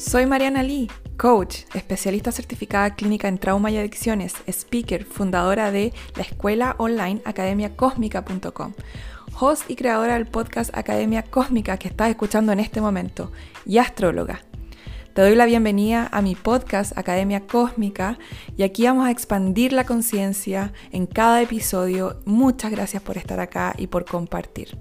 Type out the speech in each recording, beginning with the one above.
Soy Mariana Lee, coach, especialista certificada clínica en trauma y adicciones, speaker, fundadora de la escuela online academiacosmica.com, host y creadora del podcast Academia Cósmica que estás escuchando en este momento, y astróloga. Te doy la bienvenida a mi podcast Academia Cósmica y aquí vamos a expandir la conciencia en cada episodio. Muchas gracias por estar acá y por compartir.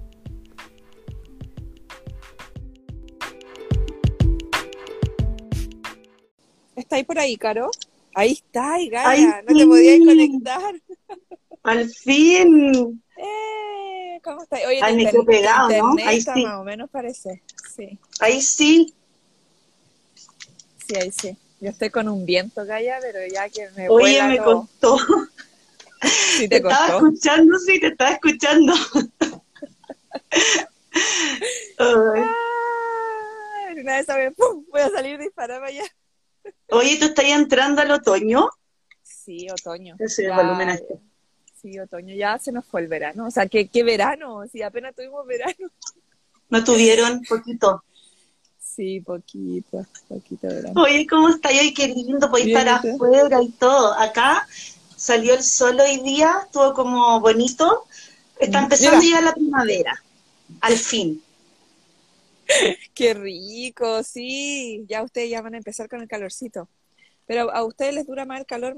¿Está ahí por ahí, Caro? Ahí está, Gaia, ¡Ay, no sí! te podías conectar. ¡Al fin! ¿Cómo estás? Oye, Ay, me quedo tu pegado, ¿no? internet Ahí está sí. más o menos, parece. Sí, Ahí sí. sí, ahí sí. Yo estoy con un viento, Gaia, pero ya que me Oye, vuela me todo. costó. Sí, Te te estaba costó. escuchando, sí, te estaba escuchando. Ay. Una vez ¡pum! Voy a salir disparada allá. Oye, ¿tú estás entrando al otoño? Sí, otoño. Ese volumen Ya, este. sí, otoño. Ya se nos fue el verano. O sea, ¿qué verano? Sí, apenas tuvimos verano. ¿No tuvieron poquito? Sí, poquito verano. Oye, ¿cómo está? Ay, qué lindo, podéis Bien, estar ¿y tú? afuera y todo. Acá salió el sol hoy día, estuvo como bonito. Está empezando a Mira, llegar la primavera, al fin. qué rico, sí. Ya ustedes ya van a empezar con el calorcito. Pero a ustedes les dura más el calor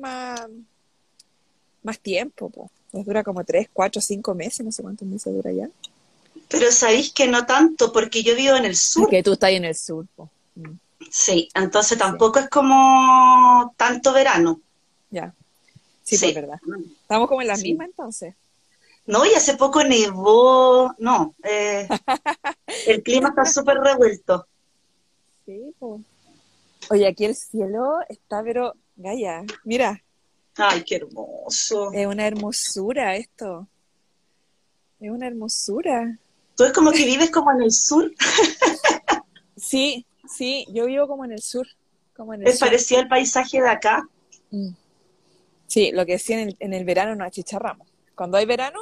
más tiempo, po. Les dura como 3, 4, 5 meses, no sé cuántos meses dura ya. Pero sabéis que no tanto, porque yo vivo en el Es sur. que tú estás ahí en el sur, po. Sí, entonces Sí, tampoco es como tanto verano. ya. Sí, pues Sí. verdad. Estamos como en las Sí. mismas entonces. No, y hace poco nevó. No, el clima está súper revuelto. Sí, pues. Oye, aquí el cielo está, pero, Gaia, mira, Ay, qué hermoso. es una hermosura esto. Es una hermosura. Tú es como que vives como en el sur. Sí, sí, yo vivo como en el sur, como en el Es sur. parecido al paisaje de acá. Mm. Sí, lo que sí en el verano nos achicharramos. Cuando hay verano,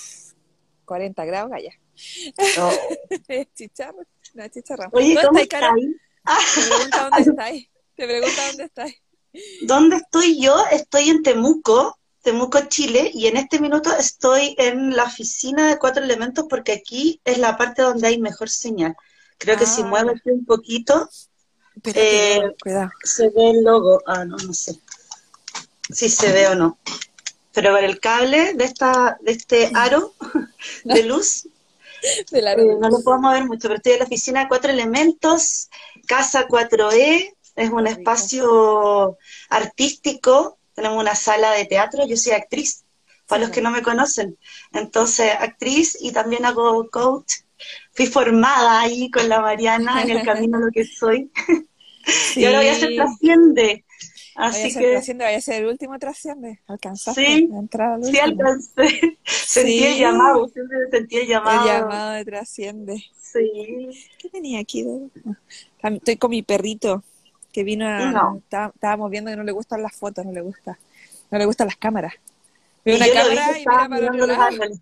40 grados allá. Oh. Chicharro, nos achicharramos. Oye, ¿Dónde ¿cómo estáis, Caro? estáis? Te pregunta dónde estáis. Te pregunta dónde estáis. ¿Dónde estoy yo? Estoy en Temuco, Temuco, Chile, y en este minuto estoy en la oficina de Cuatro Elementos porque aquí es la parte donde hay mejor señal. Creo que si Ah, muevo ya. aquí un poquito, Espérate, eh, cuidado. se ve el logo. Ah, no, no sé si se ve o no. Pero ver el cable de este aro de luz, Del aro de no lo luz. puedo mover mucho, pero estoy en la oficina de Cuatro Elementos, Casa 4E, es un Qué rico. espacio artístico, tenemos una sala de teatro, yo soy actriz, para Sí, los que po. no me conocen. Entonces, actriz y también hago coach. Fui formada ahí con la Mariana en el camino a lo que soy. Y ahora voy a hacer Sí. trasciende. Vaya a Así ser que trasciende, vaya a ser el último trasciende. ¿Alcanzaste sí, a entrar al sí último? alcancé. Sentí el llamado, Sí, siempre sentí el el llamado. llamado de trasciende. Sí. ¿Qué tenía aquí? Estoy con mi perrito que vino No. estábamos viendo que no le gustan las fotos, no le gustan las cámaras. Ve Y una yo lo vi que cámara y estaba mira para otro mirando los lado. árboles.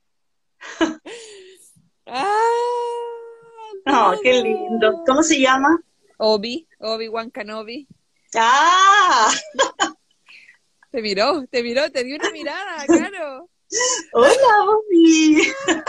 ¡Ah! Oh, qué lindo. ¡Todo! ¿Cómo se llama? Obi-Wan Kenobi. ¡Ah! Te dio una mirada, claro. ¡Hola, Bobby!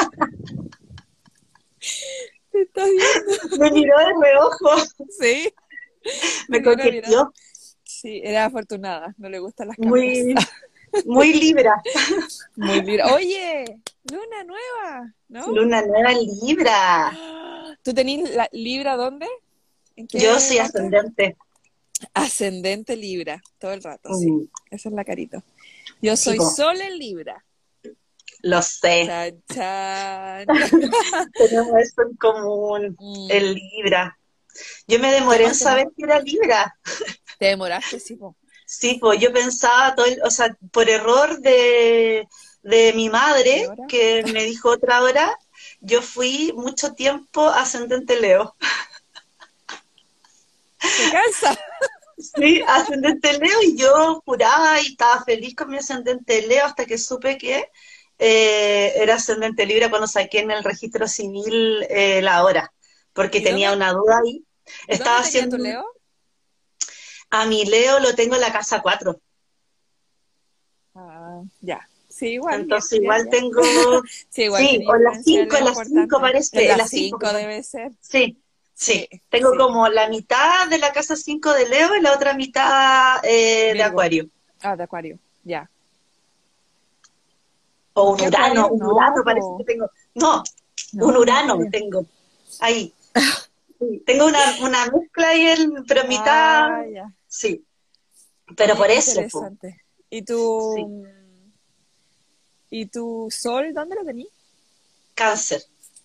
Te está viendo. Me miró de reojo. Sí, te Me dio una mirada. coqueteó. Sí, era afortunada, no le gustan las cámaras. Muy, muy Libra. Muy linda. Oye, luna nueva, ¿no? Luna nueva en Libra. ¿Tú tenés la Libra dónde? ¿En Yo qué soy parte? ascendente. Ascendente Libra, todo el rato, sí. Mm, Esa es la carita. Yo sí, soy po, Sol en Libra. lo sé. Chan, chan. Tenemos eso en común, Mm, el Libra. Yo me ¿Qué demoré en más tenés? saber que era Libra. ¿Te demoraste? Sí, po. Sí, pues yo pensaba, o sea, por error de mi ¿Y madre, ahora? que me dijo otra hora, yo fui mucho tiempo ascendente Leo. ¿Te cansa? Sí, ascendente Leo, y yo juraba y estaba feliz con mi ascendente Leo hasta que supe que era ascendente Libra cuando saqué en el registro civil la hora, porque ¿Y tenía dónde, una duda ahí. dónde Estaba tenía tu haciendo Leo? A mi Leo lo tengo en la casa 4. Ah, ya. Sí, igual, bien, Entonces bien, igual bien. tengo, Sí, igual sí, tenía o influencia de en Leo las 5 importante. En parece, en las las 5, 5 debe ser. sí, Sí, sí. Tengo sí. como la mitad de la casa 5 de Leo y la otra mitad de Virgo. Acuario. Ah, de Acuario. Ya. ¿No hay Acuario? Un No, Urano parece que po. tengo. No, un No, no Urano Acuario. tengo. Ahí. Sí, tengo una mezcla ahí, pero mitad, Ah, ya. sí. Pero Oye, por qué eso, po. interesante. Sí. ¿Y tu sol dónde lo tenías? Cáncer.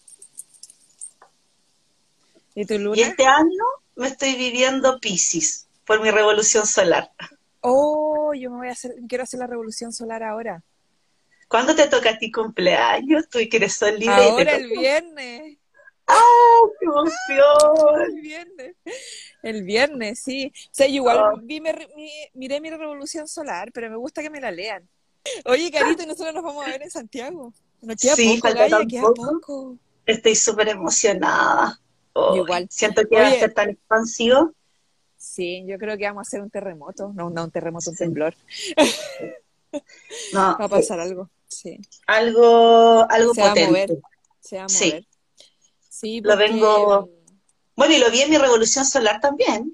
¿Y tu Y luna? este año me estoy viviendo Piscis por mi revolución solar. Oh, quiero hacer la revolución solar ahora. ¿Cuándo te toca a ti cumpleaños? Tú que eres sol libre y te Ahora toca. el viernes. ¡Ah, qué emoción! El viernes. El viernes, sí. O sea, yo igual Oh, miré mi revolución solar, pero me gusta que me la lean. Oye, Carito, y nosotros nos vamos a ver en Santiago. Nos queda sí, poco, falta Gaia, tan queda poco. poco. Estoy súper emocionada. Yo Oh, igual. siento que va a Oye, ser tan expansivo. sí, yo creo que vamos a hacer un terremoto. No, no un terremoto, un Sí. temblor. No, Va a pasar algo. Sí. algo Se va a mover. potente. Se va a Sí, mover. Sí, lo porque... vengo. Bueno, y lo vi en mi revolución solar también.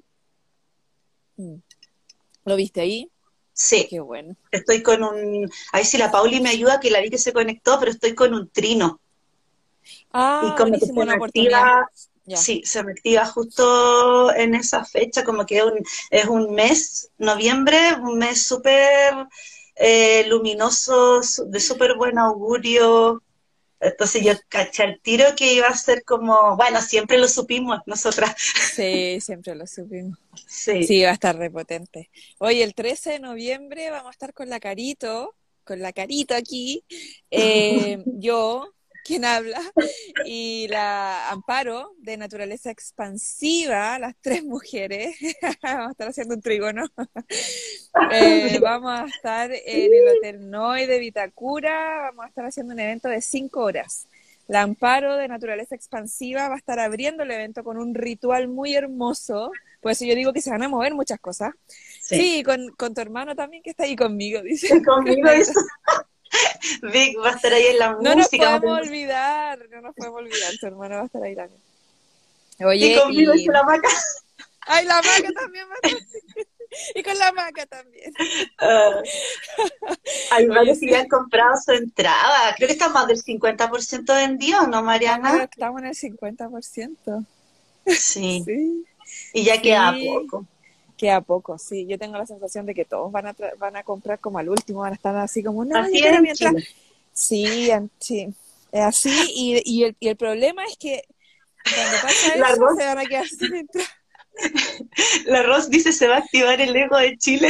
¿Lo viste ahí? Sí, Qué bueno. estoy con un. Ahí sí la Pauli me ayuda, que la vi que se conectó, pero estoy con un trino. Y Ah, como que buenísimo, se una me oportunidad. activa, Ya. sí, se me activa justo en esa fecha, como que es un mes, noviembre, un mes súper luminoso, de súper buen augurio. Entonces yo caché al tiro que iba a ser como, bueno, siempre lo supimos nosotras. Sí, siempre lo supimos. Sí. Sí, va a estar repotente. Hoy, el 13 de noviembre, vamos a estar con la Carito aquí, yo, quien habla, y la Amparo, de Naturaleza Expansiva, las tres mujeres, vamos a estar haciendo un trígono. Vamos a estar en el Hotel Noi de Vitacura, vamos a estar haciendo un evento de 5 horas. La Amparo de Naturaleza Expansiva va a estar abriendo el evento con un ritual muy hermoso. Por eso yo digo que se van a mover muchas cosas. Sí. Sí, con tu hermano también que está ahí conmigo, dice Y conmigo Carlita. eso. Vic va a estar ahí en la No nos música. podemos olvidar, no nos podemos olvidar, tu hermano va a estar ahí también. Y Oye, conmigo y... hizo la maca. ¡Ay, la maca también va a estar! Y con la maca también. Ah, hay Oye, varios que ya han sí. comprado su entrada. Creo que está más del 50% vendido, ¿no, Mariana? Estamos en el 50%. Sí. Sí, Y ya queda sí. poco. Queda poco, sí. Yo tengo la sensación de que todos van a comprar como al último, van a estar así como, no, yo Así es quiero en mientras. Chile. Sí, sí. Es así. Y el problema es que cuando pasa La eso, se Ros, van a quedar sin entrar. la Ros dice se va a activar el ego de Chile.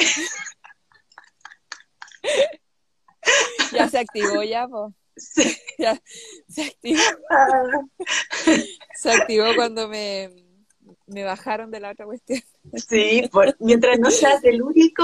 Ya se activó, ya, pues. Sí. Ya se activó. Ah, Se activó cuando me bajaron de la otra cuestión. sí, mientras no sea telúrico,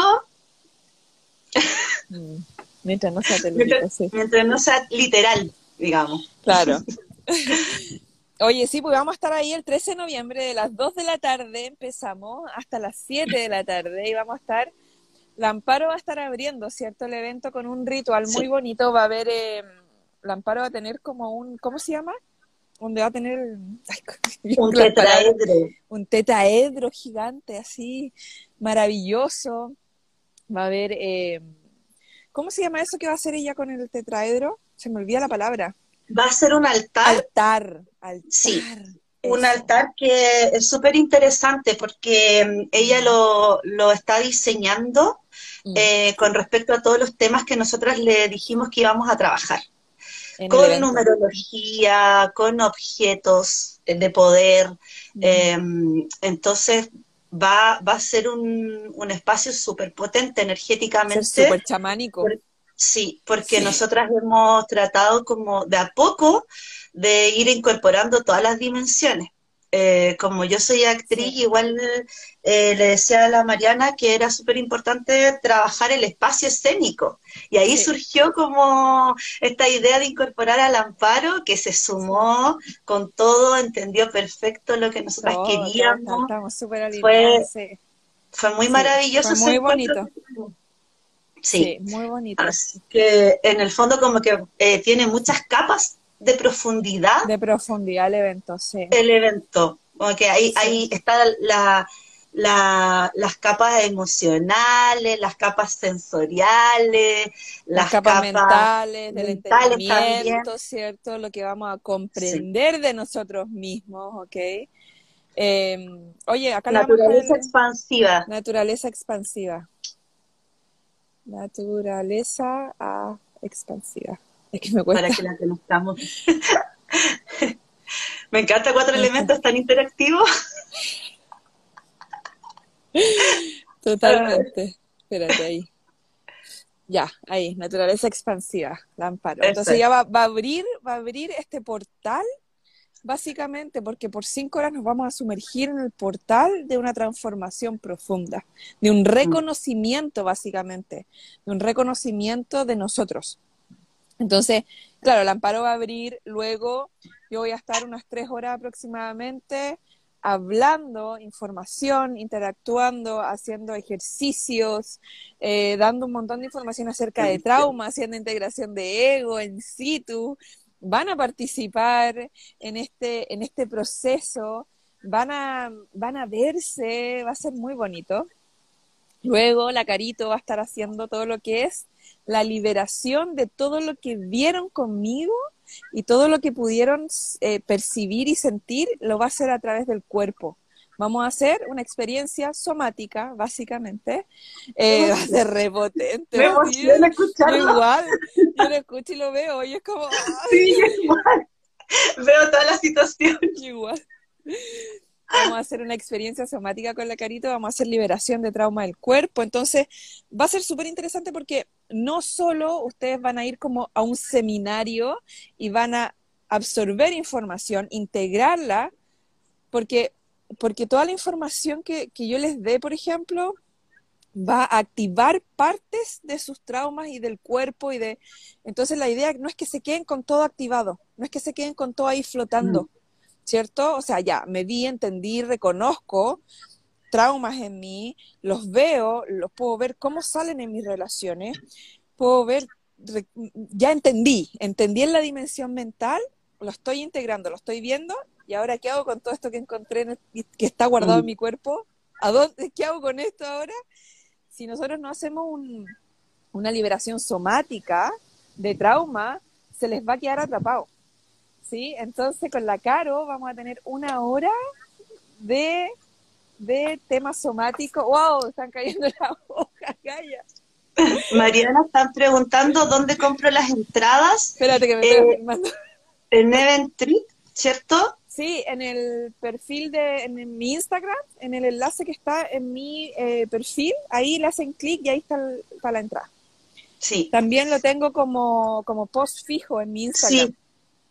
Mm. Mientras no sea telúrico, sí. mientras no sea literal, digamos. Claro. Oye, sí, pues vamos a estar ahí el 13 de noviembre de las 2 de la tarde, empezamos hasta las 7 de la tarde y vamos a estar, la Amparo va a estar abriendo, ¿cierto? El evento con un ritual muy Sí, bonito, va a haber, la Amparo va a tener como ¿cómo se llama? Donde va a tener, ay, un las palabras, tetraedro. un tetaedro gigante así, maravilloso, va a haber, ¿cómo se llama eso que va a hacer ella con el tetraedro? Se me olvida la palabra. Va a ser un altar, Altar, sí, altar, un eso. altar que es súper interesante porque ella Mm, lo está diseñando mm. con respecto a todos los temas que nosotras le dijimos que íbamos a trabajar. En el Con evento. numerología, con objetos de poder. Mm. eh, entonces va a ser un espacio súper potente Ser energéticamente. súper chamánico. por- sí, porque Sí. nosotras hemos tratado como de a poco de ir incorporando todas las dimensiones. Como yo soy actriz, Sí. igual le decía a la Mariana que era súper importante trabajar el espacio escénico. Y ahí Sí. surgió como esta idea de incorporar al Amparo, que se Sí. sumó con todo, entendió perfecto lo que nosotras Todo, queríamos. estamos súper alineadas, Fue sí. Fue muy Sí, maravilloso fue ese muy encuentro. bonito. Sí, Sí, muy bonito. así que en el fondo como que tiene muchas capas de profundidad De profundidad el evento, sí. el evento. Como que ahí Sí. está las capas emocionales, las capas sensoriales, Las las capas capas mentales, del mentales también. entendimiento, ¿cierto? Lo que vamos a Sí. comprender de nosotros mismos, ¿ok? Oye, acá le vamos a Naturaleza poner expansiva, naturaleza expansiva. Naturaleza expansiva. Es que me para cuesta. que la conozcamos. Me encanta Cuatro Elementos tan interactivos. Totalmente. Espérate ahí. Ya, ahí, naturaleza expansiva, la amparo. Eso Entonces es. ya va a abrir este portal, básicamente, porque por 5 horas nos vamos a sumergir en el portal de una transformación profunda, de un Mm. reconocimiento, básicamente, de un reconocimiento de nosotros. Entonces, claro, el amparo va a abrir, luego yo voy a estar unas 3 horas aproximadamente hablando información, interactuando, haciendo ejercicios, dando un montón de información acerca de trauma, haciendo integración de ego en situ. Van a participar en este proceso, van a verse, va a ser muy bonito. Luego la Carito va a estar haciendo todo lo que es la liberación de todo lo que vieron conmigo y todo lo que pudieron percibir y sentir, lo va a hacer a través del cuerpo. Vamos a hacer una experiencia somática, básicamente. Va a ser repotente, Me así. emociona Yo escucharlo. igual, yo lo escucho y lo veo y es como, ¡ay, Sí, qué yo rico! igual. Veo toda la situación. Yo igual. Vamos a hacer una experiencia somática con la Carito, vamos a hacer liberación de trauma del cuerpo. Entonces, va a ser súper interesante porque no solo ustedes van a ir como a un seminario y van a absorber información, integrarla, porque, porque toda la información que yo les dé, por ejemplo, va a activar partes de sus traumas y del cuerpo y de... Entonces la idea no es que se queden con todo activado, no es que se queden con todo ahí Mm. flotando, ¿cierto? O sea, ya, me vi, entendí, reconozco traumas en mí, los veo, los puedo ver cómo salen en mis relaciones, puedo ver, ya entendí en la dimensión mental, lo estoy integrando, lo estoy viendo, y ahora ¿qué hago con todo esto que encontré que está guardado en Mm. mi cuerpo? ¿Qué hago con esto ahora? Si nosotros no hacemos una liberación somática de trauma, se les va a quedar atrapado. ¿Sí? Entonces con la Caro vamos a tener 1 hora de, de temas somáticos. ¡Wow! Están cayendo las hojas, Gaya. Mariana, están preguntando dónde compro las entradas Espérate que me estoy eh, afirmando. en Eventbrite, ¿cierto? Sí, en el perfil en mi Instagram, en el enlace que está en mi perfil, ahí le hacen clic y ahí está la entrada. Sí, También lo tengo como post fijo en mi Instagram. sí.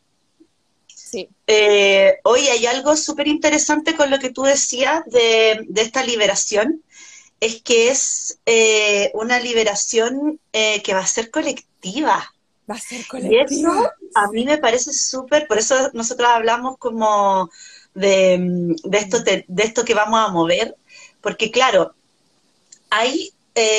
Sí, Hoy hay algo súper interesante con lo que tú decías de esta liberación, es que es una liberación que va a ser colectiva. va a ser Y eso colectiva. a mí Sí. me parece súper, por eso nosotros hablamos como de esto que vamos a mover, porque claro, hay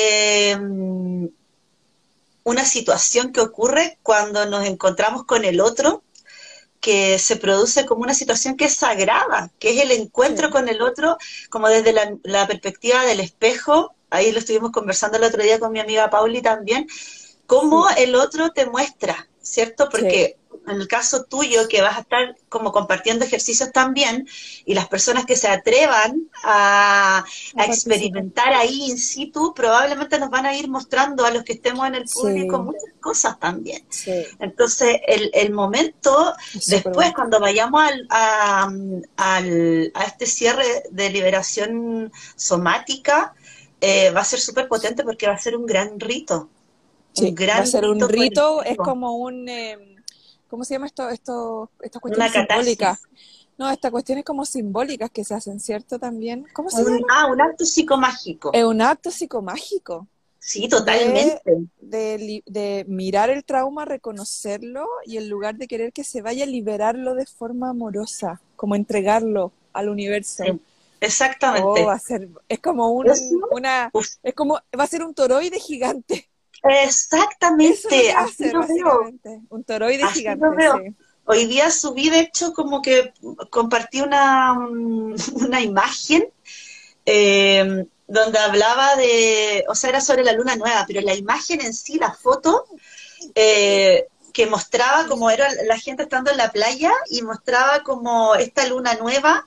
una situación que ocurre cuando nos encontramos con el otro, que se produce como una situación que es sagrada, que es el encuentro Sí, con el otro, como desde la perspectiva del espejo. Ahí lo estuvimos conversando el otro día con mi amiga Pauli también, cómo sí, el otro te muestra, ¿cierto? sí, Porque en el caso tuyo, que vas a estar como compartiendo ejercicios también, y las personas que se atrevan a a participar. experimentar ahí in situ, probablemente nos van a ir mostrando a los que estemos en el público Sí, muchas cosas también. sí, Entonces, el momento, es súper después, bonito. cuando vayamos a este cierre de liberación somática, va a ser súper potente porque va a ser un Sí, va a gran ser un rito rito, es colectivo, como ¿cómo se llama estas cuestiones una simbólicas? catarsis, No, estas cuestiones como simbólicas que se hacen, ¿cierto? También, ¿cómo se llama? un acto psicomágico. Es un acto psicomágico Sí, de, totalmente. de mirar el trauma, reconocerlo y en lugar de querer que se vaya, liberarlo de forma amorosa, como entregarlo al universo. Sí. exactamente. Es como Eso, uf, va a ser un toroide gigante. Eso es lo exactamente, que va a ser, básicamente. Un toroide así lo gigante, veo. sí. Hoy día subí, de hecho, como que compartí una imagen donde hablaba de, o sea, era sobre la luna nueva, pero la imagen en sí, la foto, que mostraba como era la gente estando en la playa y mostraba como esta luna nueva,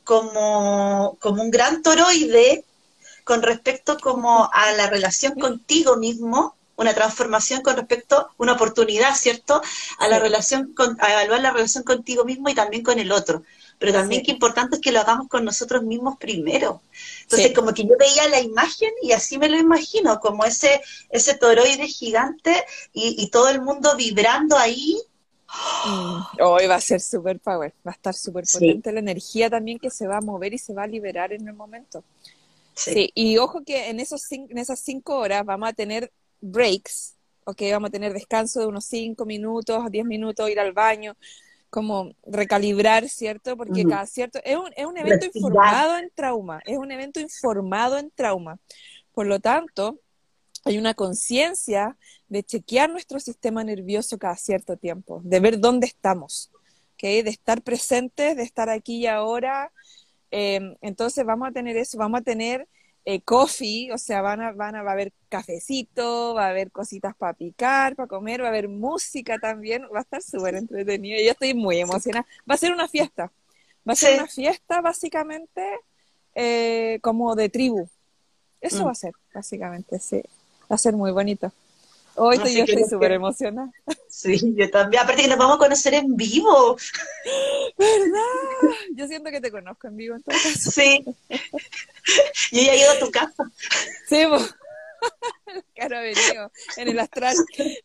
como un gran toroide con respecto como a la relación contigo mismo, una transformación con respecto, una oportunidad, ¿cierto? A la Sí, relación, a evaluar la relación contigo mismo y también con el otro. Pero también sí, qué importante es que lo hagamos con nosotros mismos primero. Entonces, sí. como que yo veía la imagen y así me lo imagino, como ese toroide gigante y todo el mundo vibrando ahí. Hoy va a ser super power, va a estar súper Sí, potente la energía también que se va a mover y se va a liberar en el momento. sí. Sí, y ojo que en en esas 5 horas vamos a tener breaks, ok, vamos a tener descanso de unos 5 minutos, 10 minutos, ir al baño, como recalibrar, ¿cierto? Porque Mm. cada cierto, es un evento Respirar. informado en trauma, es un evento informado en trauma. Por lo tanto, hay una conciencia de chequear nuestro sistema nervioso cada cierto tiempo, de ver dónde estamos, ¿ok? De estar presentes, de estar aquí y ahora. Entonces vamos a tener eso, vamos a tener coffee, o sea, va a haber cafecito, va a haber cositas para picar, para comer, va a haber música también, va a estar súper entretenido. Yo estoy muy emocionada. Va a ser Sí. una fiesta básicamente como de tribu. Eso va Mm. a ser, básicamente, sí. Va a ser muy bonito. Hoy yo Así que estoy súper emocionada. sí, yo también. Aparte que nos vamos a conocer en vivo. ¿Verdad? Yo siento que te conozco en vivo en todo caso. Sí, yo ya he ido a tu casa. Sí, pues, claro, venido en el astral.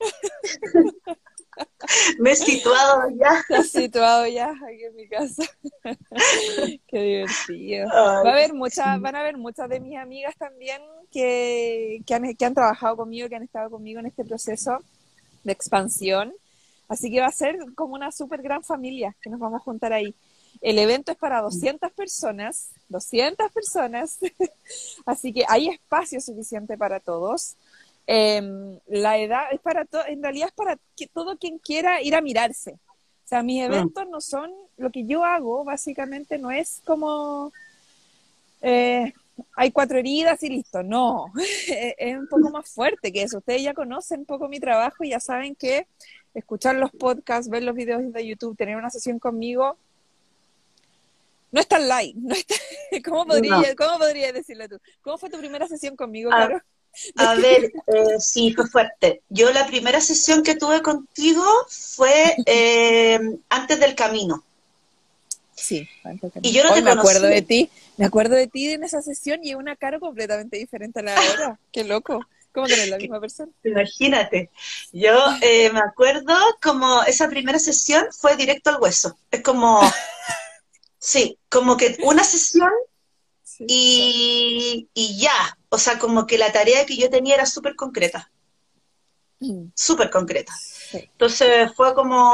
Me he situado ya. Estás situado ya aquí en mi casa. Qué divertido. Ay, Van a haber muchas de mis amigas también que han trabajado conmigo, que han estado conmigo en este proceso de expansión. Así que va a ser como una súper gran familia que nos vamos a juntar ahí. El evento es para 200 personas, así que hay espacio suficiente para todos. La edad es para todo, en realidad es para que todo quien quiera ir a mirarse. O sea, mis mm, eventos no son, lo que yo hago básicamente no es como hay 4 heridas y listo, no, es un poco más fuerte que eso. Ustedes ya conocen un poco mi trabajo y ya saben que escuchar los podcasts, ver los videos de YouTube, tener una sesión conmigo, no es tan light, no es tan, no. ¿cómo podría decirlo tú? ¿Cómo fue tu primera sesión conmigo, A, Caro? a ver, sí, fue fuerte. Yo la primera sesión que tuve contigo fue antes del camino. Sí, Y yo no hoy te conocí. me acuerdo de ti en esa sesión y una Caro completamente diferente a la de ahora. Qué loco, ¿cómo que no es la misma persona? Imagínate. Yo me acuerdo como esa primera sesión fue directo al hueso. Es como, sí, como que una sesión Sí, y ya. O sea, como que la tarea que yo tenía era súper concreta, súper concreta. sí. Entonces fue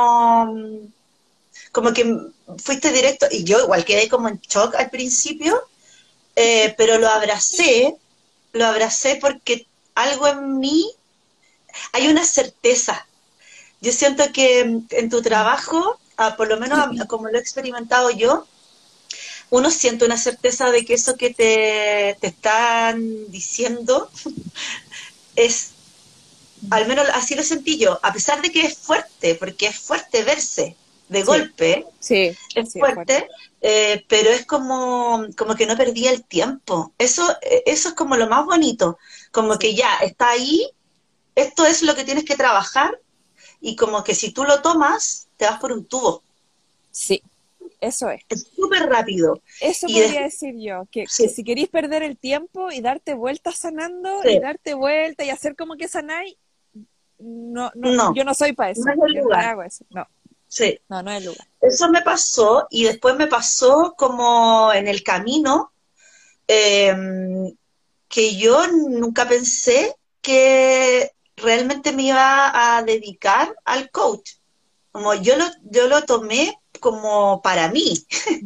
como que fuiste directo, y yo igual quedé como en shock al principio, pero lo abracé porque algo en mí, hay una certeza. Yo siento que en tu trabajo, por lo menos como lo he experimentado yo, uno siente una certeza de que eso que te están diciendo es, al menos así lo sentí yo, a pesar de que es fuerte, porque es fuerte verse de Sí, golpe, sí, es sí, es fuerte. fuerte, pero es como que no perdía el tiempo. Eso es como lo más bonito, como Sí, que ya está ahí, esto es lo que tienes que trabajar y como que si tú lo tomas, te vas por un tubo. sí, eso es. Es súper rápido. Eso Y podría después, decir yo, que sí, si queréis perder el tiempo y darte vuelta sanando y sí, darte vuelta y hacer como que sanáis, no, no, no, yo no soy para no eso, es el yo no lugar. hago eso, no, Sí. no, no es el lugar. Eso me pasó y después me pasó como en el camino eh, que yo nunca pensé que realmente me iba a dedicar al coach. Como yo lo tomé como para mí. Mm.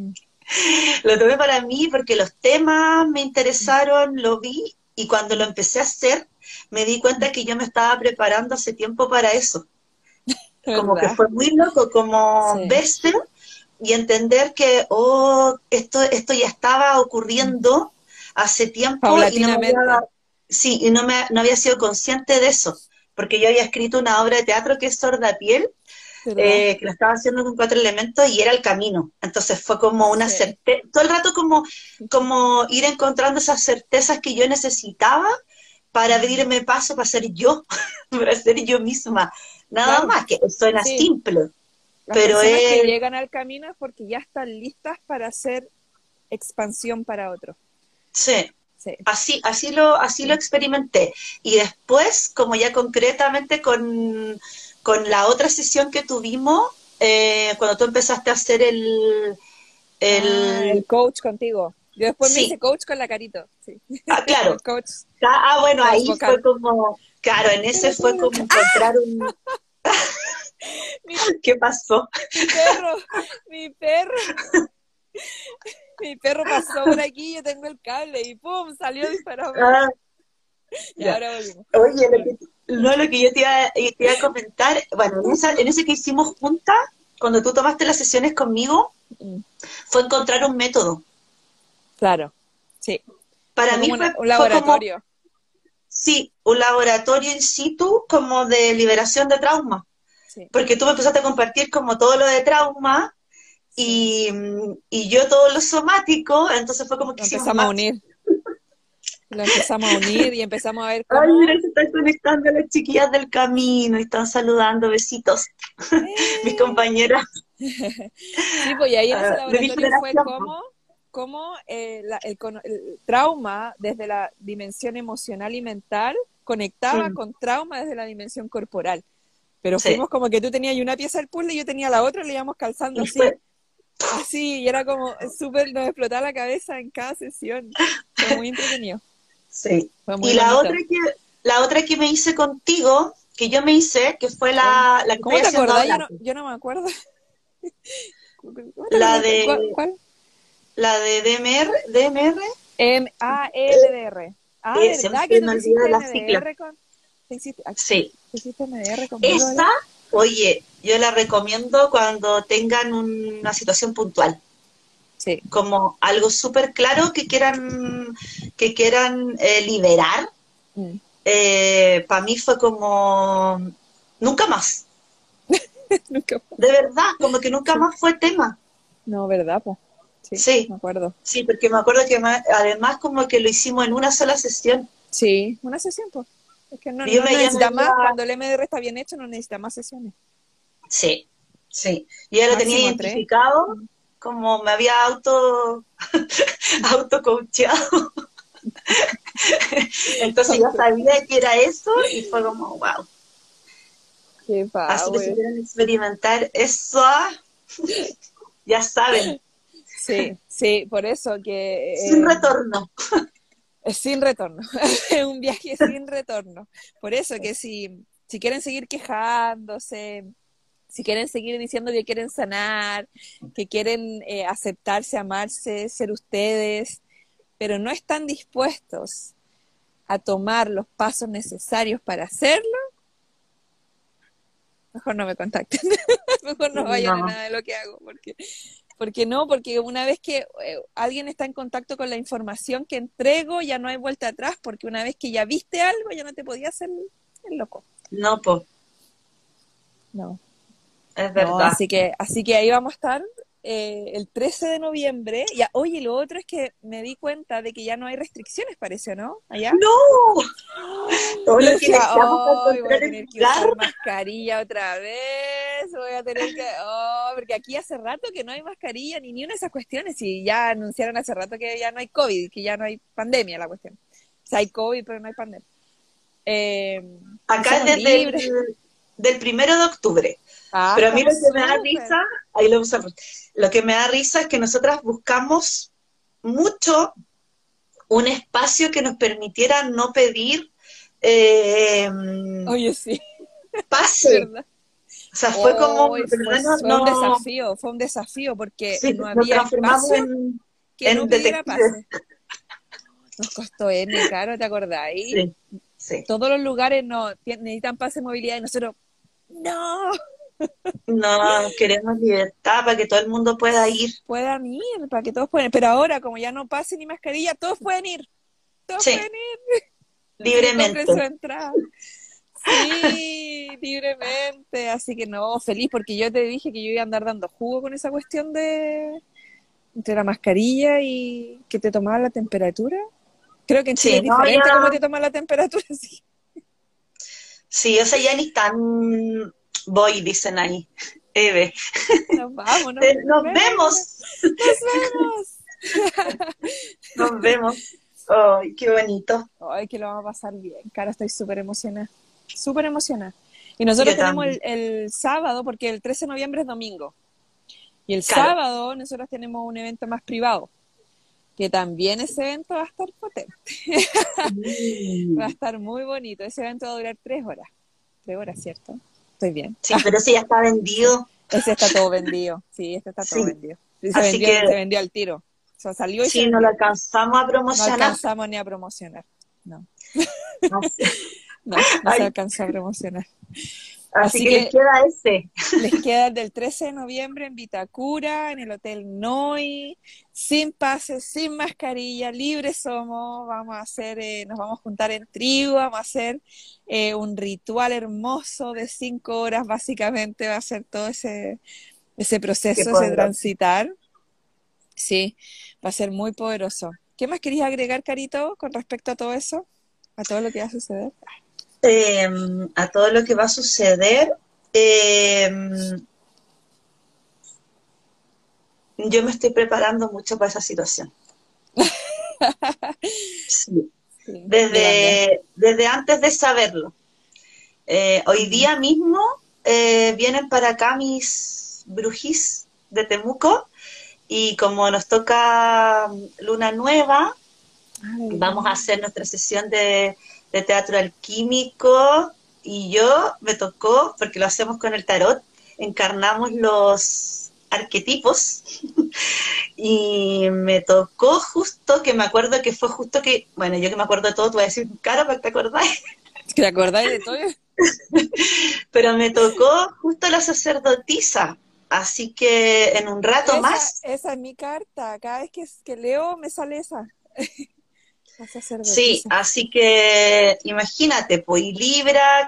Lo tomé para mí porque los temas me interesaron, lo vi y cuando lo empecé a hacer me di cuenta que yo me estaba preparando hace tiempo para eso. Como que ¿Verdad? fue muy loco, como Sí. verse y entender que, oh, esto ya estaba ocurriendo hace tiempo y no me Paulatinamente. había, sí, y no había sido consciente de eso, porque yo había escrito una obra de teatro que es Sordapiel, ¿Verdad? que lo estaba haciendo con 4 elementos y era el camino. Entonces fue como una Sí. certeza, todo el rato como ir encontrando esas certezas que yo necesitaba para abrirme paso, para ser yo, para ser yo misma. Nada Claro, más, que suena sí. simple, Las pero personas que es, llegan al camino es porque ya están listas para hacer expansión para otros. sí, Sí. así lo Sí. experimenté. Y después, como ya concretamente con la otra sesión que tuvimos, cuando tú empezaste a hacer Ah, el el coach contigo. Yo después me hice sí, coach con la Carito. Sí. claro. El coach, Bueno, coach ahí fue vocal. como, claro, en ese fue como encontrar un, Mi, ¿qué pasó? mi perro, mi perro, mi perro pasó por aquí, yo tengo el cable y ¡pum! Salió disparado para allá. Ah, Y ya. ahora volvimos. Oye, Volvimos. no, lo que yo te iba a comentar, bueno, en ese que hicimos juntas, cuando tú tomaste las sesiones conmigo, Mm, fue encontrar un método. claro, sí. Para Fue mí como un fue como, laboratorio. sí, un laboratorio in situ como de liberación de trauma, Sí, porque tú me empezaste a compartir como todo lo de trauma sí. y yo todo lo somático, entonces fue como que Lo hicimos empezamos a match. unir. Lo empezamos a unir y empezamos a ver Ay, cómo. mira, se están conectando las chiquillas del camino y están saludando, besitos, mis ¡Eh! compañeras Sí, pues y ahí en ese de mi laboratorio fue generación. Po. cómo el trauma desde la dimensión emocional y mental conectaba Mm, con trauma desde la dimensión corporal. Pero sí, fuimos como que tú tenías una pieza del puzzle y yo tenía la otra y le íbamos calzando y así, fue, así, y era como súper, nos explotaba la cabeza en cada sesión. Fue muy entretenido, sí. fue muy Y bonito. la otra que me hice contigo, que yo me hice, que fue Uy, la que estoy ¿cómo te haciendo acordás? ahora, Yo no me acuerdo. ¿Cómo te la acordás? de, ¿Cuál? la de DMR, EMDR. Ah, ¿verdad que siempre tú me te olvido de hiciste la sigla. MDR con... Sí, te hiciste MDR conmigo, esa, ¿verdad? oye, yo la recomiendo cuando tengan una situación puntual, Sí. como algo súper claro que quieran liberar. Mm. Para mí fue como nunca más, Nunca más. de verdad, como que nunca Sí. más fue tema. No, ¿verdad, po? Sí, Sí, me acuerdo. sí, porque me acuerdo que además como que lo hicimos en una sola sesión. Sí, una sesión, pues. Es que Yo ya me necesita había, más. Cuando el MDR está bien hecho, no necesita más sesiones. sí, sí, yo ya lo tenía Máximo 3. identificado, como me había auto-coacheado, entonces ya sabía que era eso y fue como, wow. Qué Así que si power. quieren experimentar eso, ya saben, Sí, sí, por eso que sin retorno. es sin retorno. Es un viaje sin retorno. Por eso que si quieren seguir quejándose, si quieren seguir diciendo que quieren sanar, que quieren aceptarse, amarse, ser ustedes, pero no están dispuestos a tomar los pasos necesarios para hacerlo, mejor no me contacten, mejor no vayan a No, nada de lo que hago, porque una vez que alguien está en contacto con la información que entrego, ya no hay vuelta atrás, porque una vez que ya viste algo, ya no te podías hacer el loco. no, pues, No. es No, verdad. así que ahí vamos a estar el 13 de noviembre. Ya, oye, lo otro es que me di cuenta de que ya no hay restricciones, parece, ¿no? ¿Allá? No, todo Yo lo que decía, necesitamos para hoy voy a encontrar el tener que lugar. usar mascarilla otra vez, voy a tener que, oh, porque aquí hace rato que no hay mascarilla ni una de esas cuestiones, y ya anunciaron hace rato que ya no hay COVID, que ya no hay pandemia la cuestión. O sea, hay COVID, pero no hay pandemia. Y Acá somos desde libres. del 1 de octubre. Ah, Pero a mí lo estamos que me da súper. risa, ahí lo usamos, lo que me da risa es que nosotras buscamos mucho un espacio que nos permitiera no pedir eh, Oye, sí, pase. ¿verdad? O sea, fue como, Hoy de verdad, fue un desafío porque sí, no nos había transformamos espacio que no en pidiera detectives. pase. Nos costó N, caro, ¿te acordáis? Sí, sí. Todos los lugares no necesitan pase de movilidad y nosotros, no, No queremos libertad para que todo el mundo pueda ir. puedan ir, para que todos puedan ir. Pero ahora, como ya no pase ni mascarilla, todos Sí, pueden ir, así que compren su libremente. entrada. Sí, libremente, así que no, feliz porque yo te dije que yo iba a andar dando jugo con esa cuestión de entre la mascarilla y que te tomaba la temperatura. Creo que en Chile Sí, es no, ya, diferente cómo te toma la temperatura, sí. sí, o sea, ya ni tan voy, dicen ahí. Eve, Nos vamos, nos nos vemos, vemos, nos vemos. nos vemos. Ay, qué bonito. Ay, que lo vamos a pasar bien, cara, estoy súper emocionada, súper emocionada. Y nosotros Yo tenemos también. el sábado, porque el 13 de noviembre es domingo, y el Claro. sábado nosotros tenemos un evento más privado, que también ese evento va a estar potente, va a Mm. estar muy bonito. Ese evento va a durar 3 horas, 3 horas, ¿cierto? Estoy bien. Sí, pero ese ya está Sí. vendido. Ese está todo vendido, sí, este está todo Sí, vendido. Y así que se vendió al tiro. O sea, salió y se sí, no lo vendió. alcanzamos a No promocionar. alcanzamos ni a promocionar. No, Así, no se ay, alcanzó a promocionar. así Así que les que queda ese. les queda el del 13 de noviembre en Vitacura, en el Hotel Noi, sin pases, sin mascarilla, libres somos, vamos a hacer, nos vamos a juntar en tribu, vamos a hacer un ritual hermoso de 5 horas, básicamente va a ser todo ese Qué proceso, ese poderoso. transitar, sí, va a ser muy poderoso. ¿Qué más querías agregar, Carito, con respecto a todo eso? ¿A todo lo que va a suceder? Eh, a todo lo que va a suceder, eh, yo me estoy preparando mucho para esa situación. Sí. Sí, yo también. Desde antes de saberlo. Hoy Mm. día mismo vienen para acá mis brujis de Temuco y como nos toca luna nueva, Ay, vamos a hacer nuestra sesión de teatro alquímico y yo me tocó, porque lo hacemos con el tarot, encarnamos los arquetipos y me tocó justo, que me acuerdo que fue justo que, bueno, yo que me acuerdo de todo, te voy a decir, cara, para que te acordáis, ¿te acordáis de todo? pero me tocó justo la sacerdotisa, así que en un rato más, Esa es mi carta. Cada vez que leo me sale esa. La sí, sacerdotisa. así que imagínate, pues, y Libra,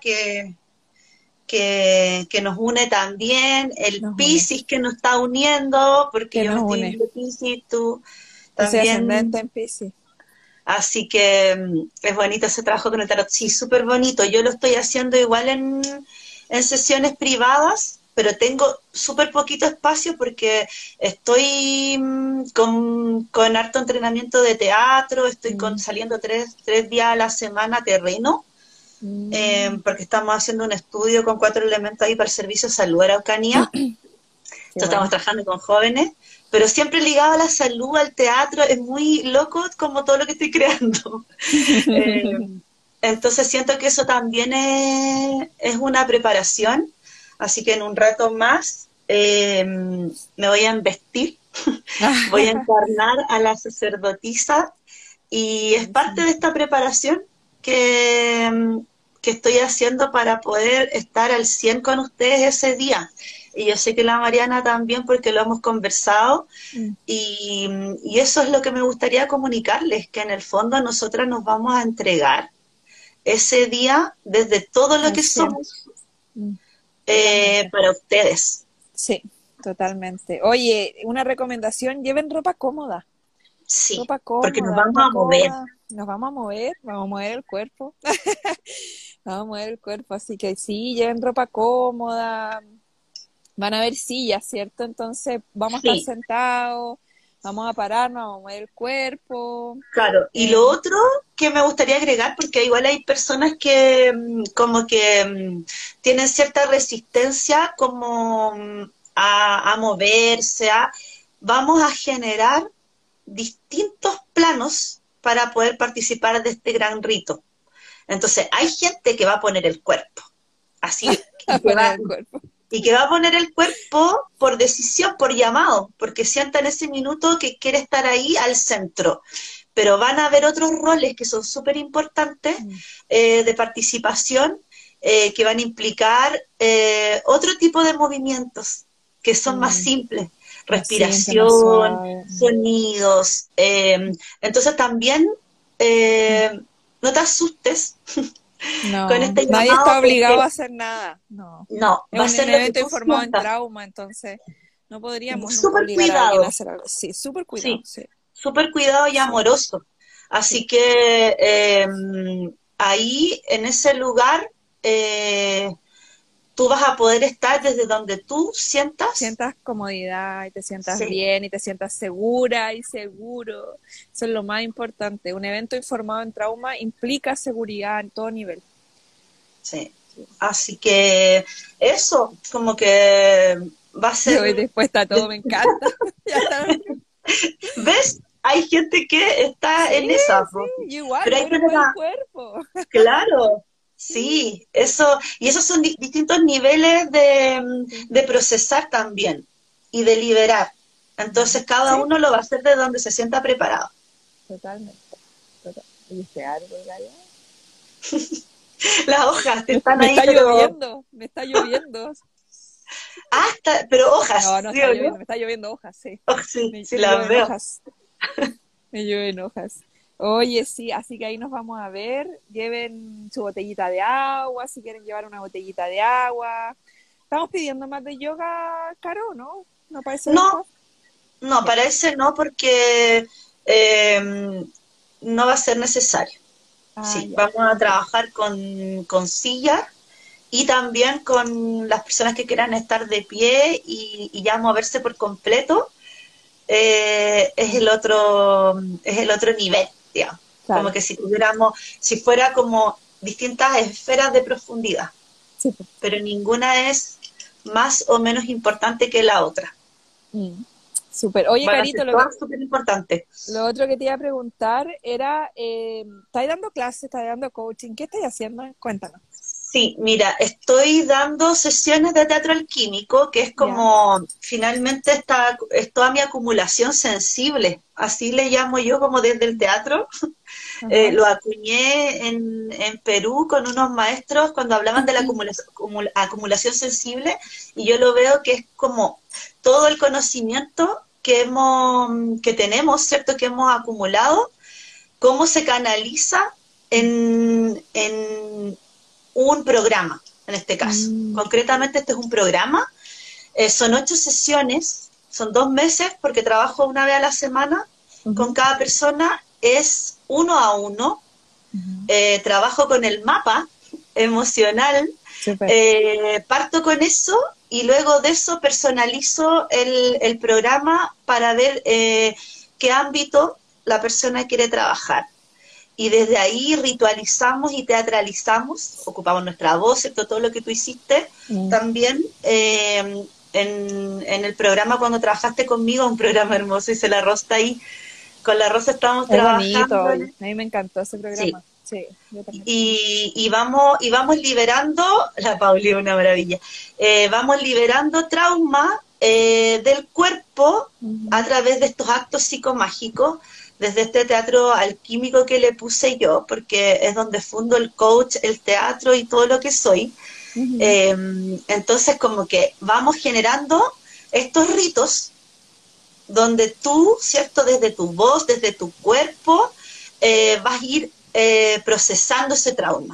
que nos une también, el Nos une. Piscis que nos está uniendo, porque Que yo me nos estoy une. viendo Piscis, tú Yo soy ascendente también, en Piscis. así que es bonito ese trabajo con el tarot, sí, súper bonito, yo lo estoy haciendo igual en sesiones privadas, pero tengo súper poquito espacio porque estoy con harto entrenamiento de teatro, estoy Mm. saliendo tres días a la semana a terreno, Mm. porque estamos haciendo un estudio con 4 elementos ahí para el servicio de salud Araucanía. Qué Entonces estamos bueno. trabajando con jóvenes, pero siempre ligado a la salud, al teatro, es muy loco como todo lo que estoy creando. Eh, entonces siento que eso también es una preparación, así que en un rato más me voy a investir, voy a encarnar a la sacerdotisa y es parte de esta preparación que estoy haciendo para poder estar al 100 con ustedes ese día. Y yo sé que la Mariana también porque lo hemos conversado Mm. y, y eso es lo que me gustaría comunicarles, que en el fondo nosotras nos vamos a entregar ese día desde todo lo Al que 100. somos Mm. Totalmente. para ustedes. Sí, totalmente. Oye, una recomendación, lleven Sí, porque nos vamos ropa a mover. cómoda, nos vamos a mover el cuerpo, vamos a mover el cuerpo, así que sí, lleven ropa cómoda, van a haber sillas, ¿cierto? Entonces vamos a estar Sí, sentados, vamos a pararnos, vamos a mover el cuerpo. claro. Y lo em, otro que me gustaría agregar, porque igual hay personas que como que tienen cierta resistencia como a moverse, vamos a generar distintos planos para poder participar de este gran rito. Entonces, hay gente que va a poner el cuerpo, así, y que poner va, el cuerpo. y que va a poner el cuerpo por decisión, por llamado, porque sienta en ese minuto que quiere estar ahí al centro. Pero van a haber otros roles que son súper importantes de participación, que van a implicar otro tipo de movimientos que son más simples, respiración, sonidos. Entonces también no te asustes con este llamado. Nadie está obligado a hacer nada. No, va a ser un evento informado en trauma, entonces no podríamos súper obligar cuidado. a alguien a hacer algo. Sí, súper cuidado. Sí. Súper cuidado y amoroso. Así que ahí, en ese lugar, tú vas a poder estar desde donde tú sientas comodidad y te sientas bien y te sientas segura y seguro. Eso es lo más importante. Un evento informado en trauma implica seguridad en todo nivel. Sí. Así que eso, como que va a ser... Yo voy dispuesta a todo, me encanta. ¿Ves? Hay gente que está en esa. Sí, igual, pero hay que el cuerpo. Claro. Sí, eso, y esos son distintos niveles de procesar también y de liberar. Entonces cada uno lo va a hacer de donde se sienta preparado. Totalmente. ¿Viste árbol, Gaya? Las hojas te están me ahí. Me está lloviendo. Pero hojas. No está lloviendo, me está lloviendo hojas, sí. Sí, las veo. Hojas. Me llueven hojas. Oye, sí, así que ahí nos vamos a ver. Lleven su botellita de agua, si quieren llevar una botellita de agua. ¿Estamos pidiendo más de yoga, Caro, no? ¿No parece? No, parece no, porque no va a ser necesario. Vamos a trabajar con sillas y también con las personas que quieran estar de pie y ya moverse por completo. Es el otro nivel, digamos. Claro. Como que si fuera como distintas esferas de profundidad, pero ninguna es más o menos importante que la otra. Súper. Oye, Carito, súper importante. Lo otro que te iba a preguntar era, ¿estás dando clases, estás dando coaching? ¿Qué estás haciendo? Cuéntanos. Sí, mira, estoy dando sesiones de teatro alquímico, que es como, finalmente es toda mi acumulación sensible, así le llamo yo, como desde el teatro. Lo acuñé en Perú con unos maestros cuando hablaban de la acumulación sensible, y yo lo veo que es como todo el conocimiento que tenemos, ¿cierto?, que hemos acumulado, cómo se canaliza en un programa, en este caso. Concretamente, este es un programa. Son 8 sesiones, son 2 meses, porque trabajo una vez a la semana con cada persona, es 1 a 1. Trabajo con el mapa emocional, parto con eso y luego de eso personalizo el programa para ver qué ámbito la persona quiere trabajar. Y desde ahí ritualizamos y teatralizamos, ocupamos nuestra voz, ¿cierto? Todo lo que tú hiciste. También en el programa, cuando trabajaste conmigo, un programa hermoso, hice la Rosa ahí. Con la Rosa estábamos trabajando. Bonito. A mí me encantó ese programa. Sí, yo también. Y vamos liberando, la Pauli, una maravilla, vamos liberando trauma del cuerpo a través de estos actos psicomágicos, desde este teatro alquímico que le puse yo, porque es donde fundo el coach, el teatro y todo lo que soy. Entonces, como que vamos generando estos ritos donde tú, ¿cierto?, desde tu voz, desde tu cuerpo, vas a ir procesando ese trauma.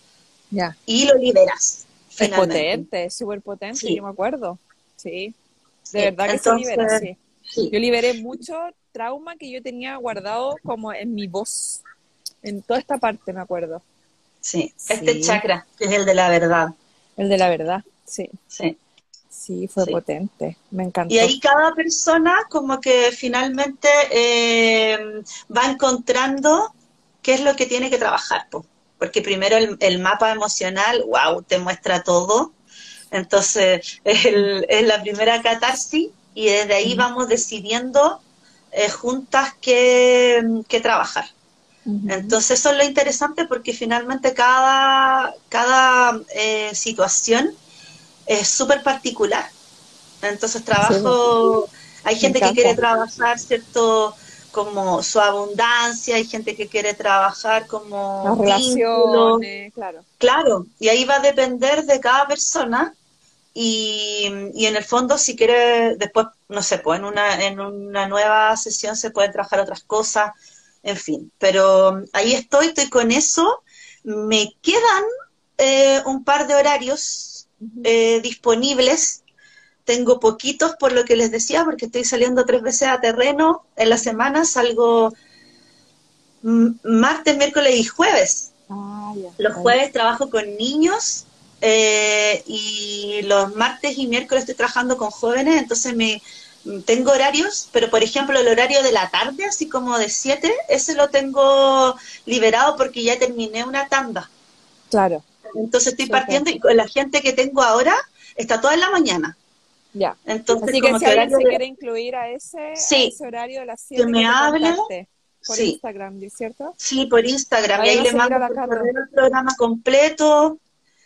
Y lo liberas. Es potente, es súper potente, yo me acuerdo. Sí, de verdad que entonces, se libera, sí. Yo liberé mucho trauma que yo tenía guardado como en mi voz, en toda esta parte, me acuerdo. Este chakra, que es el de la verdad. El de la verdad, sí. Sí, fue potente, me encantó. Y ahí cada persona como que finalmente va encontrando qué es lo que tiene que trabajar, porque primero el mapa emocional, wow, te muestra todo. Entonces es la primera catarsis y desde ahí vamos decidiendo juntas qué trabajar. Entonces eso es lo interesante, porque finalmente cada situación es súper particular. Entonces Sí, po, hay me gente que quiere encanta. trabajar, ¿cierto? Como su abundancia, hay gente que quiere trabajar como Las vínculos, relaciones, claro. claro, y ahí va a depender de cada persona y en el fondo si quiere después, no sé, pues en una nueva sesión se pueden trabajar otras cosas, en fin, pero ahí estoy con eso, me quedan un par de horarios Ujú. disponibles. Tengo poquitos por lo que les decía, porque estoy saliendo 3 veces a terreno en la Ujú. semana, salgo martes, miércoles y jueves. Ah, ya, Los ahí. jueves trabajo con niños y los martes y miércoles estoy trabajando con jóvenes, entonces tengo horarios, pero por ejemplo el horario de la tarde, así como de 7, ese lo tengo liberado porque ya terminé una tanda. Claro, Entonces estoy súper. partiendo y con la gente que tengo ahora está toda en la mañana. Ya. Entonces Así que como si que alguien horario se de... quiere incluir a Sí, ese horario de las que 7 que me te hable, contaste por sí, Instagram, ¿cierto? sí, por Instagram, y Vayan ahí a le seguir a mando la por Cardo. correo el programa completo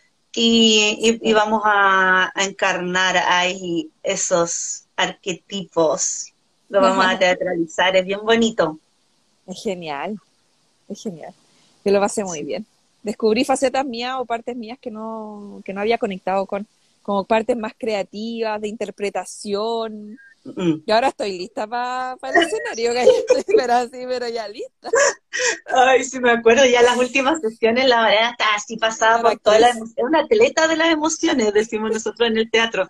y Súper. vamos a encarnar ahí esos arquetipos. Lo vamos a teatralizar, es bien bonito. Es genial, es genial. Yo lo pasé muy Sí. bien. Descubrí facetas mías o partes mías que no había conectado con, como partes más creativas, de interpretación. Mm. Y ahora estoy lista para el escenario, que estoy, pero así, pero ya lista. Ay, sí me acuerdo, ya las últimas sesiones la verdad está así pasada Una por todas las actriz. emociones, es una atleta de las emociones, decimos nosotros en el teatro,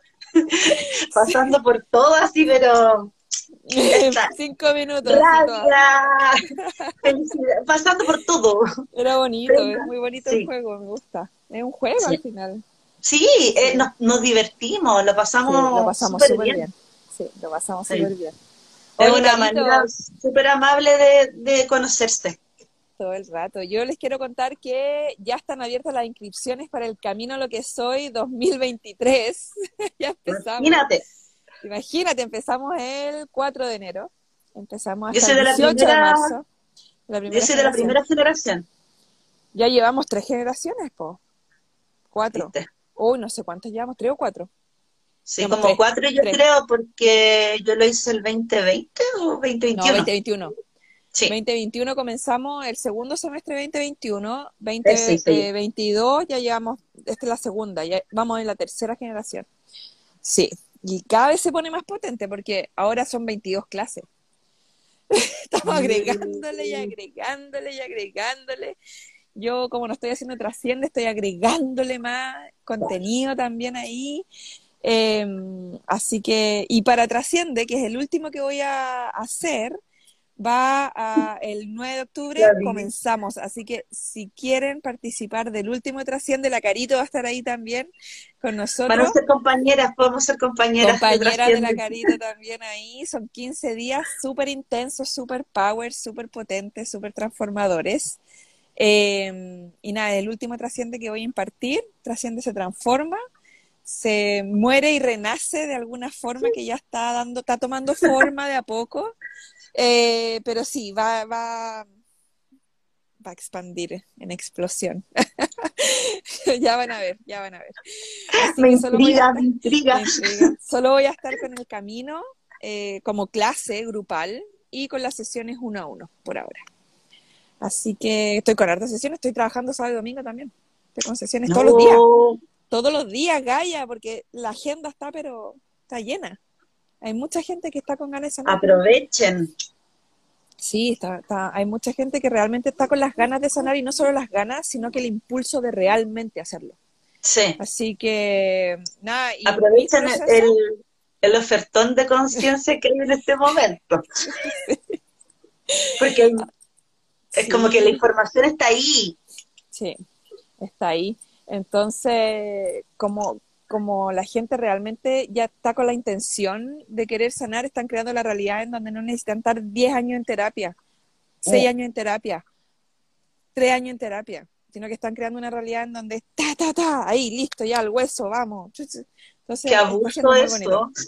Sí. pasando por todo así, pero está 5 minutos, así toda. rabia, felicidad, pasando por todo. Era bonito, es Pena. muy bonito el Sí, juego, me gusta. Es un juego al sí. final. Sí, Sí, nos divertimos, lo sí, lo pasamos pasamos súper súper bien. bien. Sí, lo pasamos Sí. súper bien. Es Oye, una manera Carito, súper amable de conocerse. todo el rato. Yo les quiero contar que ya están abiertas las inscripciones para el Camino a lo que soy 2023. Ya empezamos. Imagínate, Imagínate, empezamos el 4 de enero. Empezamos yo hasta soy el de la 18 de primera, marzo, la yo primera soy de la generación. primera generación, Ya llevamos 3 generaciones, po. 4. ¿viste? Uy, no sé cuántos llevamos, 3 o 4. Sí, Llevamos como 3. cuatro yo 3. creo, porque yo lo hice el 2020 o No, 2021. 2021. Sí, 2021 comenzamos el segundo semestre de 2021. ese hice yo. 2022 ya llevamos, esta es la segunda, ya vamos en la tercera generación. Sí, y cada vez se pone más potente porque ahora son 22 clases. Estamos agregándole y Mm, agregándole y agregándole. Yo, como no estoy haciendo Trasciende, estoy agregándole más contenido también ahí. Eh, Así que, y para Trasciende, que es el último que voy a hacer, el 9 de octubre, la vi. comenzamos. Así que si quieren participar del último Trasciende, la Carito va a estar ahí también con Van a nosotros. ser compañeras, podemos ser compañeras de Compañera de la Trasciende. Carito también ahí. Son 15 días súper intensos, súper power, súper potentes, súper transformadores. Y nada, el último Trasciende que voy a impartir, Trasciende se transforma, se muere y renace de alguna forma que ya está tomando forma de a poco. Pero sí, va a expandir en explosión. Ya van a ver, ya van a ver. Así Me que solo voy a intriga, estar, me intriga. me intriga, solo voy a estar con el camino como clase grupal y con las sesiones 1 a 1 por ahora. Así que estoy con hartas sesiones, estoy trabajando sábado y domingo también. Estoy con sesiones No, todos los días, Gaia, porque la agenda está, pero está llena. Hay mucha gente que está con ganas de sanar. aprovechen. Sí, hay mucha gente que realmente está con las ganas de sanar y no solo las ganas, sino que el impulso de realmente hacerlo. Sí, Así que, nada, y mis aprovechen procesos, el ofertón de conciencia que hay en este momento. Porque es como que la sí, información está ahí. sí, está ahí. Entonces, como la gente realmente ya está con la intención de querer sanar, están creando la realidad en donde no necesitan estar 10 años en terapia, 6 años en terapia, 3 años en terapia, sino que están creando una realidad en donde ahí, listo, ya, al hueso, vamos. Qué Entonces, está abuso siendo muy bonito. eso.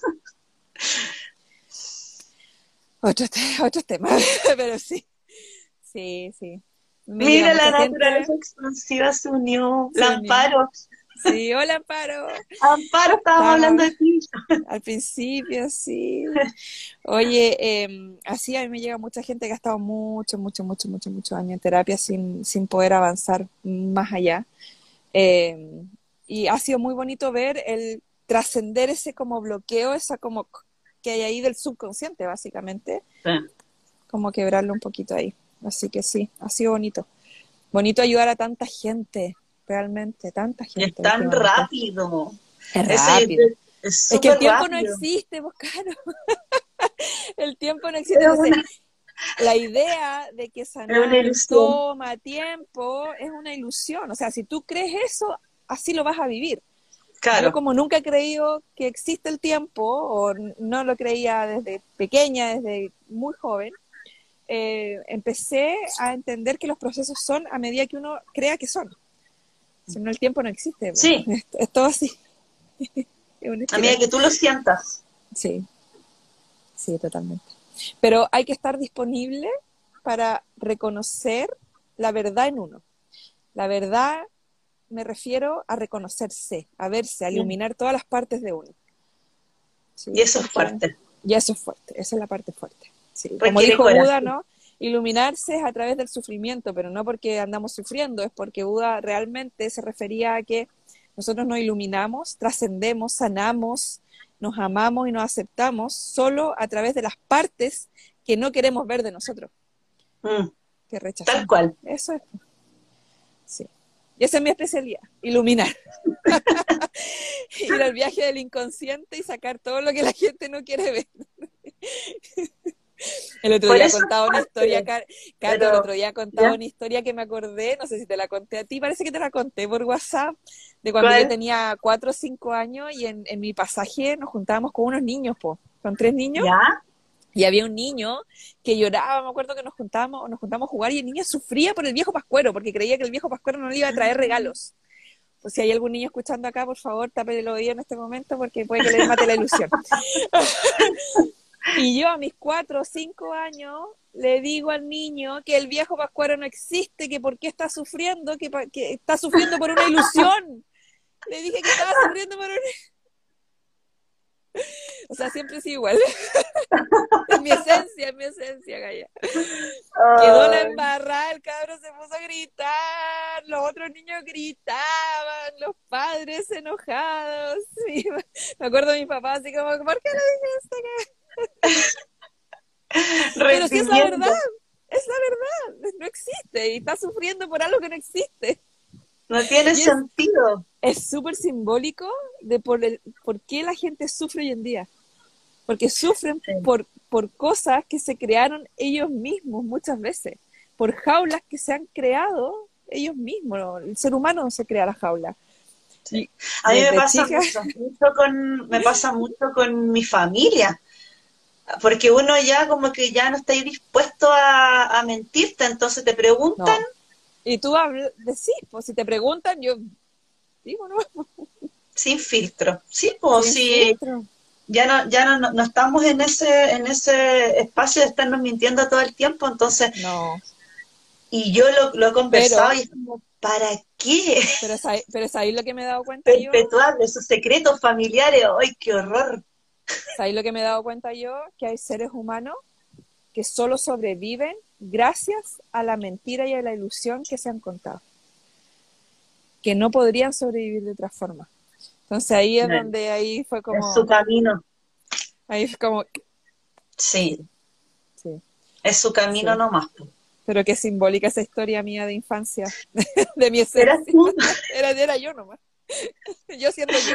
Otros temas, pero sí, sí, sí. Me llega Mira, la mucha gente, naturaleza expansiva se unió. se La unió. Amparo. Sí, hola, Amparo. Amparo, estábamos hablando Estábamos de ti. al principio, sí. Oye, así a mí me llega mucha gente que ha estado muchos años en terapia sin poder avanzar más allá. Eh, y ha sido muy bonito ver el trascender ese como bloqueo, esa como que hay ahí del subconsciente, básicamente, Sí. como quebrarlo un poquito ahí. Así que sí, ha sido bonito. Bonito ayudar a tanta gente, realmente, tanta Y es gente tan últimamente. rápido. Es Eso rápido. es Es que el súper tiempo no rápido. existe, vos, claro. El tiempo no existe. Es Entonces, una, la idea de que es una sanar ilusión. toma tiempo es una ilusión. O sea, si tú crees eso, así lo vas a vivir. Yo Claro. como nunca he creído que existe el tiempo, o no lo creía desde pequeña, desde muy joven, empecé a entender que los procesos son a medida que uno crea que son. Si no, el tiempo no existe. Po. Sí, Es todo así. Es una a medida espiral. que tú lo sientas. Sí, sí, totalmente. Pero hay que estar disponible para reconocer la verdad en uno. La verdad me refiero a reconocerse, a verse, a Mm. iluminar todas las partes de uno. Y ¿Sí? eso es Porque fuerte. ya eso es fuerte, esa es la parte fuerte. Sí. Como Requiere dijo Buda, coraje. ¿no? Iluminarse es a través del sufrimiento, pero no porque andamos sufriendo, es porque Buda realmente se refería a que nosotros nos iluminamos, trascendemos, sanamos, nos amamos y nos aceptamos solo a través de las partes que no queremos ver de nosotros, Mm. que Tal rechazamos. cual. Eso es, sí. Y esa es mi especialidad, iluminar. Ir al viaje del inconsciente y sacar todo lo que la gente no quiere ver. El otro Por día eso es contaba una historia, fuerte. Cato, el Pero, otro día contaba ¿ya? una historia que me acordé, no sé si te la conté a ti, parece que te la conté por WhatsApp, de cuando yo ¿Cuál? tenía 4 o 5 años y en mi pasaje nos juntábamos con unos niños, con 3 niños, ¿Ya? y había un niño que lloraba, me acuerdo que nos juntamos a jugar y el niño sufría por el viejo Pascuero, porque creía que el viejo Pascuero no le iba a traer regalos. Pues si hay algún niño escuchando acá, por favor, tape el oído en este momento porque puede que le mate la ilusión. Y yo a mis 4 o 5 años le digo al niño que el viejo Pascuero no existe, que por qué está sufriendo, que está sufriendo por una ilusión. Le dije que estaba sufriendo por una... O sea, siempre es igual. Es mi esencia, Gaya. Quedó la Ay, embarrada, el cabro se puso a gritar, los otros niños gritaban, los padres enojados. Sí, me acuerdo de mi papá así como, ¿por qué le dijiste? Pero si reprimiendo. es la verdad, no existe y está sufriendo por algo que no existe. No tiene Y sentido. es súper simbólico de por qué la gente sufre hoy en día. Porque sufren Sí. por cosas que se crearon ellos mismos muchas veces, por jaulas que se han creado ellos mismos. ¿No? El ser humano se crea la jaula. Sí. Y A mí me desde pasa chica, me pasa mucho con mi familia, porque uno ya como que ya no está ahí dispuesto a mentirte, entonces te preguntan no. Y tú decís, pues si te preguntan, yo digo, no, sin filtro. Sí, pues sin sí, filtro. no estamos en ese espacio de estarnos mintiendo todo el tiempo, entonces, No, y yo lo he conversado y pero, es como, ¿para qué pero es ahí lo que me he dado cuenta yo, perpetuar esos secretos familiares? ¡Ay, qué horror! es ahí lo que me he dado cuenta yo, que hay seres humanos que solo sobreviven gracias a la mentira y a la ilusión que se han contado, que no podrían sobrevivir de otra forma. Entonces ahí es Bueno, donde ahí fue es su como, camino, ahí fue como, sí, sí, es su camino sí. nomás, pues. Pero qué simbólica esa historia mía de infancia, de mi Eras esencia. tú. Era yo nomás, yo siendo yo.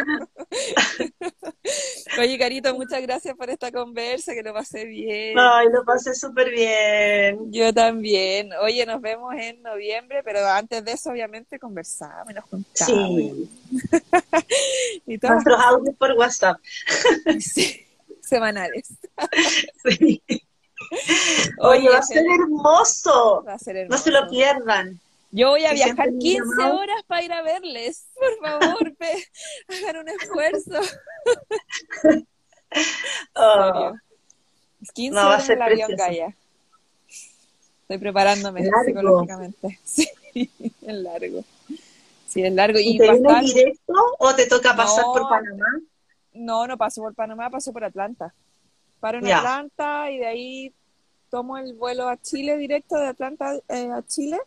Oye, Carito, muchas gracias por esta conversa, que lo pasé bien. Ay, lo pasé súper bien. Yo también. Oye, nos vemos en noviembre, pero antes de eso, obviamente, conversamos y nos juntamos Sí, y todas las nuestros cosas. audios por WhatsApp. Sí, semanales. Sí. Oye, va Oye, a ser Fede, hermoso. va a ser No se lo hermoso. pierdan. Yo voy a Si viajar sienten un 15 llamado, horas para ir a verles. Por favor, hagan un esfuerzo. En oh, serio. no, 15 va a horas en ser el avión, precioso. Gaia. Estoy preparándome Largo. psicológicamente. Sí, es largo. Sí, es largo. ¿Y Y te para vienes estar... directo o te toca pasar por No, Panamá? no paso por Panamá, paso por Atlanta. Paro en Ya, Atlanta y de ahí tomo el vuelo a Chile, directo de Atlanta a Chile.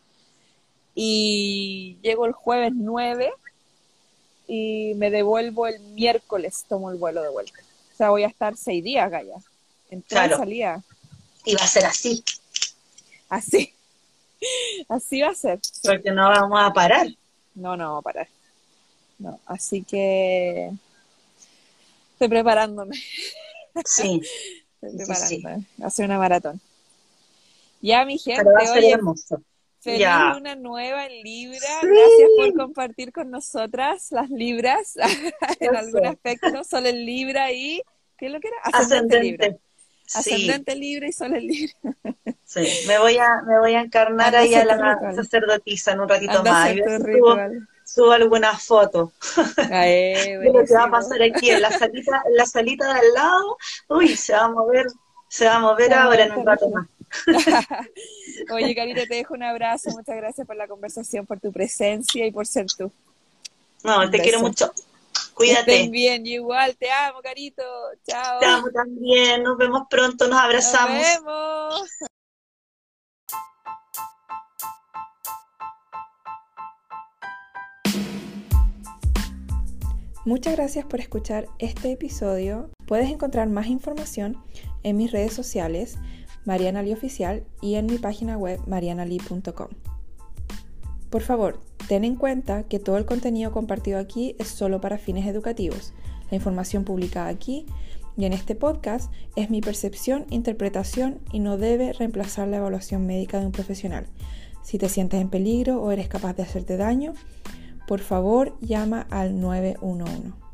Y llego el jueves 9 y me devuelvo el miércoles, tomo el vuelo de vuelta. O sea, voy a estar 6 días, Gaya. Entrada y claro. salida. Y va a ser así, Así, así va a ser. Sí. porque no vamos a parar. No, no, va a parar. No, así que estoy preparándome. Sí, Estoy sí, sí. preparándome. Va a ser una maratón. Ya, mi Pero va a gente, ser oye, hermoso. feliz Ya. luna nueva en Libra. Gracias por Sí, compartir con nosotras las Libras en algún eso. aspecto. Sol en Libra y, ¿qué es lo que era? Ascendente Libra. Ascendente. Sí, Ascendente Libra y Sol en Libra. sí. Me voy a encarnar Anda a ahí a hacer la tu ritual. sacerdotisa en un ratito Anda a más. Y hacer ver tu si subo, ritual. subo algunas fotos de lo que va a Buenísimo. pasar aquí en la salita de al lado. Uy, se va a mover Está ahora en un rato terrible. más. Oye, Carita, te dejo un abrazo. Muchas gracias por la conversación, por tu presencia y por ser tú. No, Un te quiero beso. mucho. Que estén Cuídate. bien. Yo igual, te amo, Carito. Te Chao. amo también. Nos vemos pronto. Nos Nos abrazamos. vemos. Muchas gracias por escuchar este episodio. Puedes encontrar más información en mis redes sociales, Mariana Lee Oficial, y en mi página web, marianalee.com. Por favor, ten en cuenta que todo el contenido compartido aquí es solo para fines educativos. La información publicada aquí y en este podcast es mi percepción, interpretación y no debe reemplazar la evaluación médica de un profesional. Si te sientes en peligro o eres capaz de hacerte daño, por favor llama al 911.